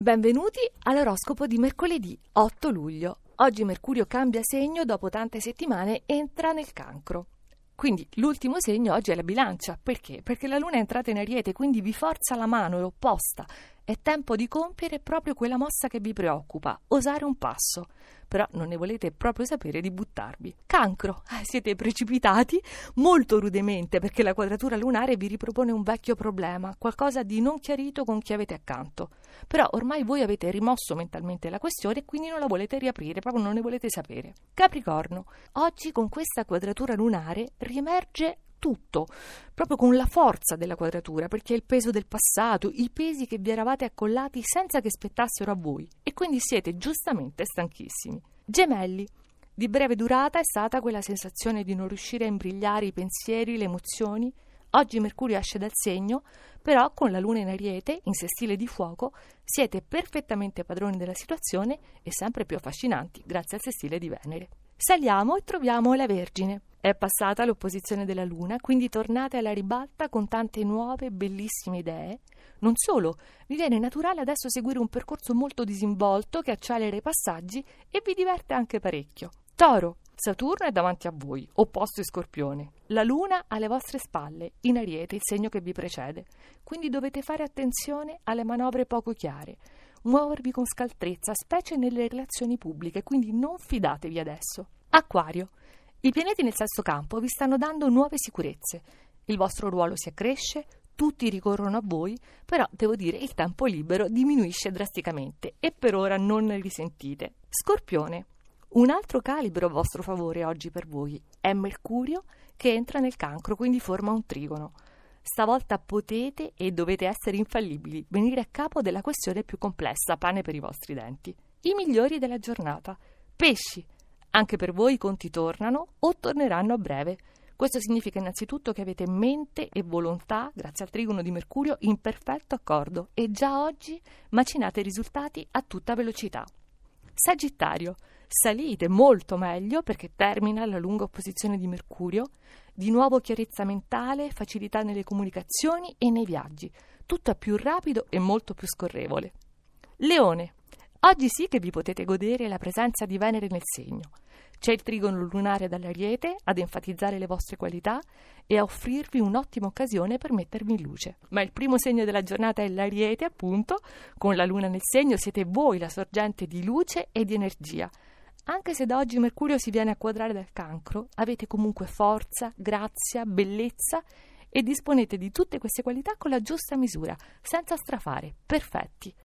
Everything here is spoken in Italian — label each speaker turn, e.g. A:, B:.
A: Benvenuti all'oroscopo di mercoledì 8 luglio. Oggi Mercurio cambia segno, dopo tante settimane entra nel Cancro. Quindi l'ultimo segno oggi è la Bilancia. Perché? Perché la Luna è entrata in Ariete, quindi vi forza la mano, è opposta. È tempo di compiere proprio quella mossa che vi preoccupa, osare un passo. Però non ne volete proprio sapere di buttarvi. Cancro, siete precipitati molto rudemente perché la quadratura lunare vi ripropone un vecchio problema, qualcosa di non chiarito con chi avete accanto. Però ormai voi avete rimosso mentalmente la questione e quindi non la volete riaprire, proprio non ne volete sapere. Capricorno, oggi con questa quadratura lunare riemerge tutto, proprio con la forza della quadratura, perché è il peso del passato, i pesi che vi eravate accollati senza che spettassero a voi e quindi siete giustamente stanchissimi. Gemelli, di breve durata è stata quella sensazione di non riuscire a imbrigliare i pensieri, le emozioni. Oggi Mercurio esce dal segno, però con la Luna in Ariete, in sestile di fuoco, siete perfettamente padroni della situazione e sempre più affascinanti grazie al sestile di Venere. Saliamo e troviamo la Vergine. È passata l'opposizione della Luna, quindi tornate alla ribalta con tante nuove, bellissime idee. Non solo, vi viene naturale adesso seguire un percorso molto disinvolto che accelera i passaggi e vi diverte anche parecchio. Toro, Saturno è davanti a voi, opposto in Scorpione. La Luna alle vostre spalle, in Ariete, il segno che vi precede. Quindi dovete fare attenzione alle manovre poco chiare. Muovervi con scaltrezza, specie nelle relazioni pubbliche, quindi non fidatevi adesso. Acquario, i pianeti nel sesto campo vi stanno dando nuove sicurezze. Il vostro ruolo si accresce, tutti ricorrono a voi, però devo dire il tempo libero diminuisce drasticamente e per ora non ne risentite. Scorpione, un altro calibro a vostro favore oggi per voi è Mercurio che entra nel Cancro, quindi forma un trigono. Stavolta potete e dovete essere infallibili, venire a capo della questione più complessa, pane per i vostri denti. I migliori della giornata. Pesci, anche per voi i conti tornano o torneranno a breve. Questo significa innanzitutto che avete mente e volontà, grazie al trigono di Mercurio, in perfetto accordo e già oggi macinate i risultati a tutta velocità. Sagittario, salite molto meglio perché termina la lunga opposizione di Mercurio, di nuovo chiarezza mentale, facilità nelle comunicazioni e nei viaggi, tutto è più rapido e molto più scorrevole. Leone, oggi sì che vi potete godere la presenza di Venere nel segno. C'è il trigono lunare dall'Ariete ad enfatizzare le vostre qualità e a offrirvi un'ottima occasione per mettervi in luce. Ma il primo segno della giornata è l'Ariete, appunto, con la Luna nel segno siete voi la sorgente di luce e di energia. Anche se da oggi Mercurio si viene a quadrare dal Cancro, avete comunque forza, grazia, bellezza e disponete di tutte queste qualità con la giusta misura, senza strafare, perfetti.